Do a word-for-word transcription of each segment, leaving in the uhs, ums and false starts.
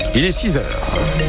Il est six heures.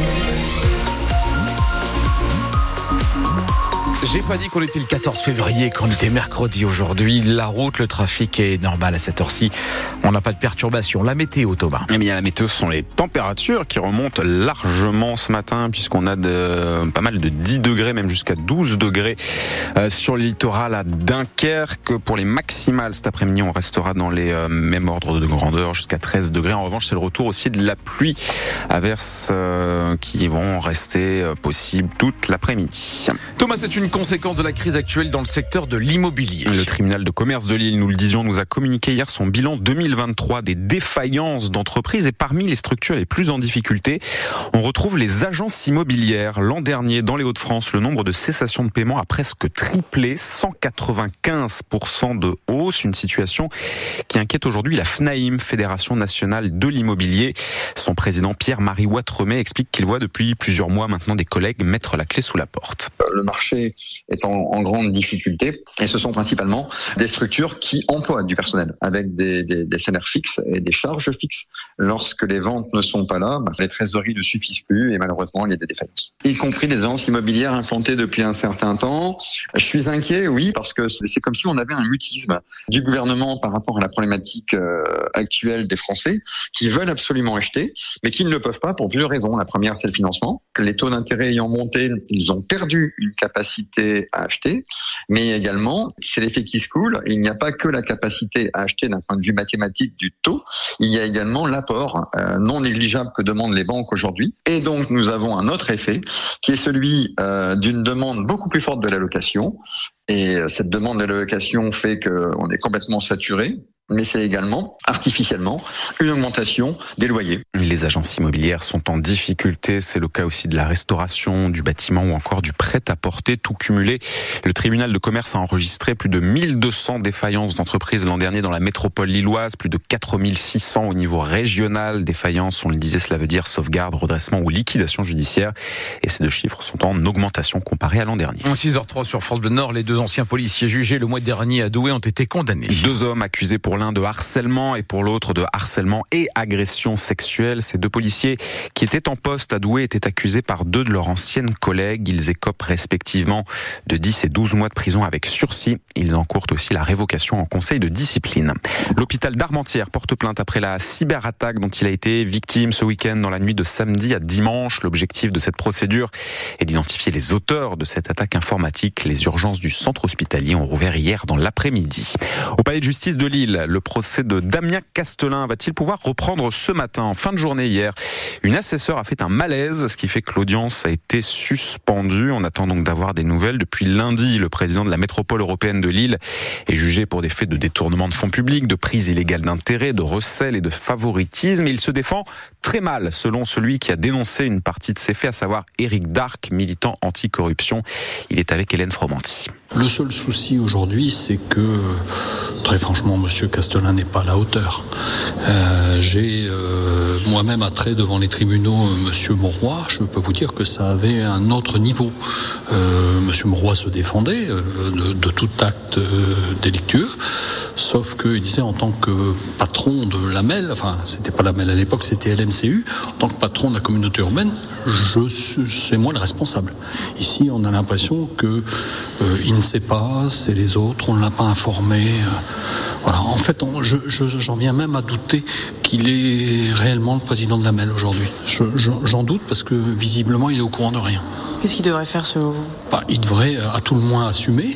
J'ai pas dit qu'on était le quatorze février, qu'on était mercredi aujourd'hui. La route, le trafic est normal à cette heure-ci. On n'a pas de perturbation. La météo, Thomas. Eh bien, la météo, ce sont les températures qui remontent largement ce matin, puisqu'on a de, pas mal de dix degrés, même jusqu'à douze degrés euh, sur le littoral à Dunkerque. Pour les maximales, cet après-midi, on restera dans les euh, mêmes ordres de grandeur, jusqu'à treize degrés. En revanche, c'est le retour aussi de la pluie, averses euh, qui vont rester euh, possibles toute l'après-midi. Thomas, c'est une conséquence de la crise actuelle dans le secteur de l'immobilier. Le tribunal de commerce de Lille, nous le disions, nous a communiqué hier son bilan deux mille vingt-trois des défaillances d'entreprises. Et parmi les structures les plus en difficulté, on retrouve les agences immobilières. L'an dernier, dans les Hauts-de-France, le nombre de cessations de paiement a presque triplé, cent quatre-vingt-quinze pour cent de hausse. Une situation qui inquiète aujourd'hui la FNAIM, Fédération nationale de l'immobilier. Son président Pierre-Marie Ouatremet explique qu'il voit depuis plusieurs mois maintenant des collègues mettre la clé sous la porte. Le marché est en, en grande difficulté et ce sont principalement des structures qui emploient du personnel avec des, des, des salaires fixes et des charges fixes. Lorsque les ventes ne sont pas là, bah, les trésoreries ne suffisent plus et malheureusement il y a des défaillances. Y compris des agences immobilières implantées depuis un certain temps. Je suis inquiet, oui, parce que c'est comme si on avait un mutisme du gouvernement par rapport à la problématique euh, actuelle des Français qui veulent absolument acheter, mais qui ne le peuvent pas pour plusieurs raisons. La première, c'est le financement. Les taux d'intérêt ayant monté, ils ont perdu une capacité à acheter, mais également, c'est l'effet qui se coule. Il n'y a pas que la capacité à acheter d'un point de vue mathématique du taux, il y a également l'apport euh, non négligeable que demandent les banques aujourd'hui. Et donc, nous avons un autre effet qui est celui euh, d'une demande beaucoup plus forte de la location. Et cette demande de la location fait qu'on est complètement saturé. Mais c'est également, artificiellement, une augmentation des loyers. Les agences immobilières sont en difficulté. C'est le cas aussi de la restauration, du bâtiment ou encore du prêt-à-porter. Tout cumulé, le tribunal de commerce a enregistré plus de mille deux cents défaillances d'entreprises l'an dernier dans la métropole lilloise, plus de quatre mille six cents au niveau régional. Défaillances, on le disait, cela veut dire sauvegarde, redressement ou liquidation judiciaire. Et ces deux chiffres sont en augmentation comparée à l'an dernier. six heures trois sur France Bleu Nord, les deux anciens policiers jugés le mois dernier à Douai ont été condamnés. Deux hommes accusés pour l'un de harcèlement et pour l'autre de harcèlement et agression sexuelle. Ces deux policiers qui étaient en poste à Douai étaient accusés par deux de leurs anciennes collègues. Ils écopent respectivement de dix et douze mois de prison avec sursis. Ils encourent aussi la révocation en conseil de discipline. L'hôpital d'Armentières porte plainte après la cyberattaque dont il a été victime ce week-end dans la nuit de samedi à dimanche. L'objectif de cette procédure est d'identifier les auteurs de cette attaque informatique. Les urgences du centre hospitalier ont rouvert hier dans l'après-midi. Au palais de justice de Lille, le procès de Damien Castelin va-t-il pouvoir reprendre ce matin? En fin de journée hier, une assesseure a fait un malaise, ce qui fait que l'audience a été suspendue. On attend donc d'avoir des nouvelles. Depuis lundi, le président de la métropole européenne de Lille est jugé pour des faits de détournement de fonds publics, de prise illégale d'intérêt, de recel et de favoritisme. Et il se défend très mal, selon celui qui a dénoncé une partie de ces faits, à savoir Éric Darc, militant anticorruption. Il est avec Hélène Fromanti. Le seul souci aujourd'hui, c'est que, très franchement, Monsieur Castelin n'est pas à la hauteur. Euh, j'ai euh, moi-même attrait devant les tribunaux Monsieur Mauroy. Je peux vous dire que ça avait un autre niveau. Euh, Monsieur Mauroy se défendait euh, de, de tout acte euh, délictueux, sauf qu'il disait en tant que patron de l'A M E L, enfin, c'était pas l'A M E L à l'époque, c'était L M C U, en tant que patron de la communauté urbaine, je suis, c'est moi le responsable. Ici, on a l'impression que euh, il ne sait pas, c'est les autres, on ne l'a pas informé. Euh, voilà. En fait, on, je, je, j'en viens même à douter qu'il est réellement le président de l'A M E L aujourd'hui. Je, je, j'en doute parce que visiblement, il est au courant de rien. Qu'est-ce qu'il devrait faire selon vous ? Bah, il devrait à tout le moins assumer,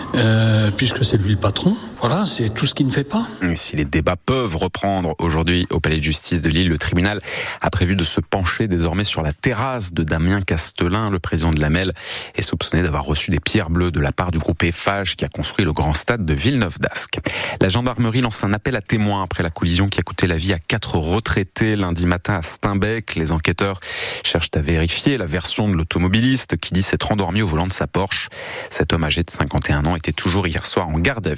euh, puisque c'est lui le patron. Voilà, c'est tout ce qu'il ne fait pas. Et si les débats peuvent reprendre aujourd'hui au palais de justice de Lille, le tribunal a prévu de se pencher désormais sur la terrasse de Damien Castelin. Le président de l'A M E L est soupçonné d'avoir reçu des pierres bleues de la part du groupe Eiffage qui a construit le grand stade de Villeneuve-d'Ascq. La gendarmerie lance un appel à témoins après la collision qui a coûté la vie à quatre retraités lundi matin à Steinbeck. Les enquêteurs cherchent à vérifier la version de l'automobiliste qui dit s'être endormi au volant de sa Porsche. Cet homme âgé de cinquante et un ans était toujours hier soir en garde à vue. C'est une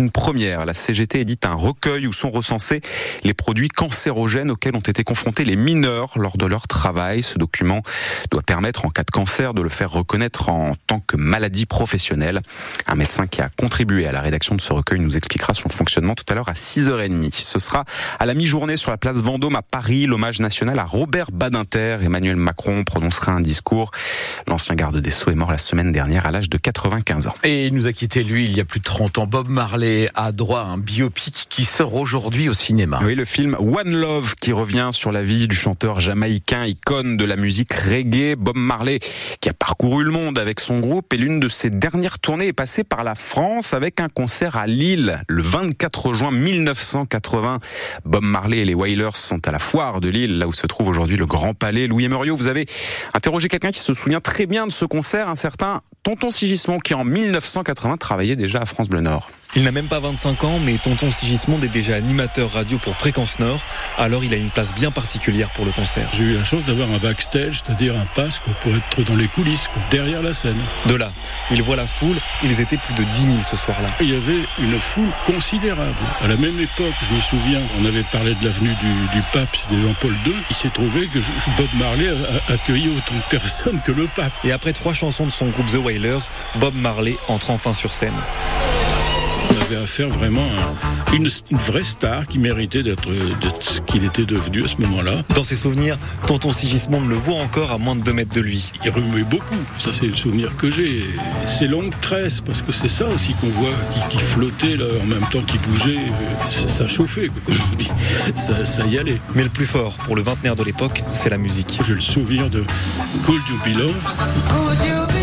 une première. La C G T édite un recueil où sont recensés les produits cancérogènes auxquels ont été confrontés les mineurs lors de leur travail. Ce document doit permettre, en cas de cancer, de le faire reconnaître en tant que maladie professionnelle. Un médecin qui a contribué à la rédaction de ce recueil nous expliquera son fonctionnement tout à l'heure à six heures trente. Ce sera à la mi-journée sur la place Vendôme à Paris, l'hommage national à Robert Badinter. Emmanuel Macron prononcera un discours. L'ancien garde des Sceaux est mort la semaine dernière à l'âge de quatre-vingt-quinze ans. Et il nous a quitté, lui, il y a plus de trente ans. Bob Marley a droit à un biopic qui sort aujourd'hui au cinéma. Oui, le film One Love qui revient sur la vie du chanteur jamaïcain, icône de la musique reggae. Bob Marley qui a parcouru le monde avec son groupe et l'une de ses dernières tournées est passée par la France avec un concert à Lille le vingt-quatre juin mille neuf cent quatre-vingts. Bob Marley et les Wailers sont à la foire de Lille, là où se trouve aujourd'hui le Grand Palais. Louis Emerio, vous avez interrogé quelqu'un qui se souvient très bien de ce concert, un certain Tonton Sigismond qui en mille neuf cent quatre-vingts travaillait déjà à France Bleu Nord. Il n'a même pas vingt-cinq ans, mais Tonton Sigismond est déjà animateur radio pour Fréquence Nord, alors il a une place bien particulière pour le concert. J'ai eu la chance d'avoir un backstage, c'est-à-dire un pass pour être dans les coulisses, quoi, derrière la scène. De là, il voit la foule, ils étaient plus de dix mille ce soir-là. Il y avait une foule considérable. À la même époque, je me souviens, on avait parlé de l'avenue du, du pape, des Jean-Paul deux. Il s'est trouvé que Bob Marley a accueilli autant de personnes que le pape. Et après trois chansons de son groupe The Wailers, Bob Marley entre enfin sur scène. On avait affaire vraiment à une, une vraie star qui méritait d'être, d'être ce qu'il était devenu à ce moment-là. Dans ses souvenirs, Tonton Sigismond le voit encore à moins de deux mètres de lui. Il remuait beaucoup, ça c'est le souvenir que j'ai. Ses longues tresses, parce que c'est ça aussi qu'on voit, qui, qui flottait là, en même temps qu'il bougeait, ça, ça chauffait, quoi, comme on dit. Ça, ça y allait. Mais le plus fort pour le vingtenaire de l'époque, c'est la musique. J'ai le souvenir de Could You Be Love. Could you be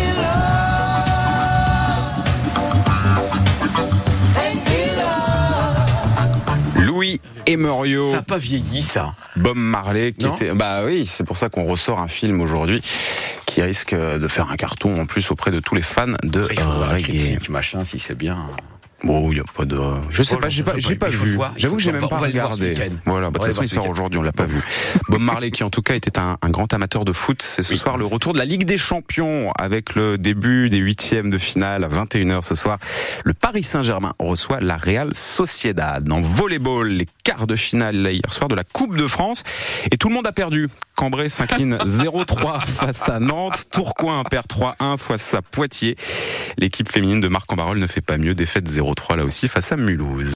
Louis Emerio. Ça n'a pas vieilli, ça. Bob Marley qui Non était... Bah oui, c'est pour ça qu'on ressort un film aujourd'hui qui risque de faire un carton en plus auprès de tous les fans de Après, il faut voir la reggae. critique, machin, si c'est bien. Bon, il n'y a pas de... Je sais Oh, pas, j'ai je pas, sais j'ai pas, pas il faut le vu. voir, il J'avoue faut que j'ai le même voir. pas On va le voir ce regardé. week-end. Voilà, bah, de On va toute façon, le il voir sort ce aujourd'hui, on l'a pas vu. Bob Marley qui en tout cas était un, un grand amateur de foot. C'est ce Oui, soir le retour de la Ligue des Champions avec le début des huitièmes de finale à vingt et une heures ce soir. Le Paris Saint-Germain reçoit la Real Sociedad. En volleyball, les quarts de finale là, hier soir de la Coupe de France. Et tout le monde a perdu. Cambrai s'incline zéro trois face à Nantes. Tourcoing perd trois un face à Poitiers. L'équipe féminine de Marc en Barœul ne fait pas mieux. Défaite zéro trois là aussi face à Mulhouse.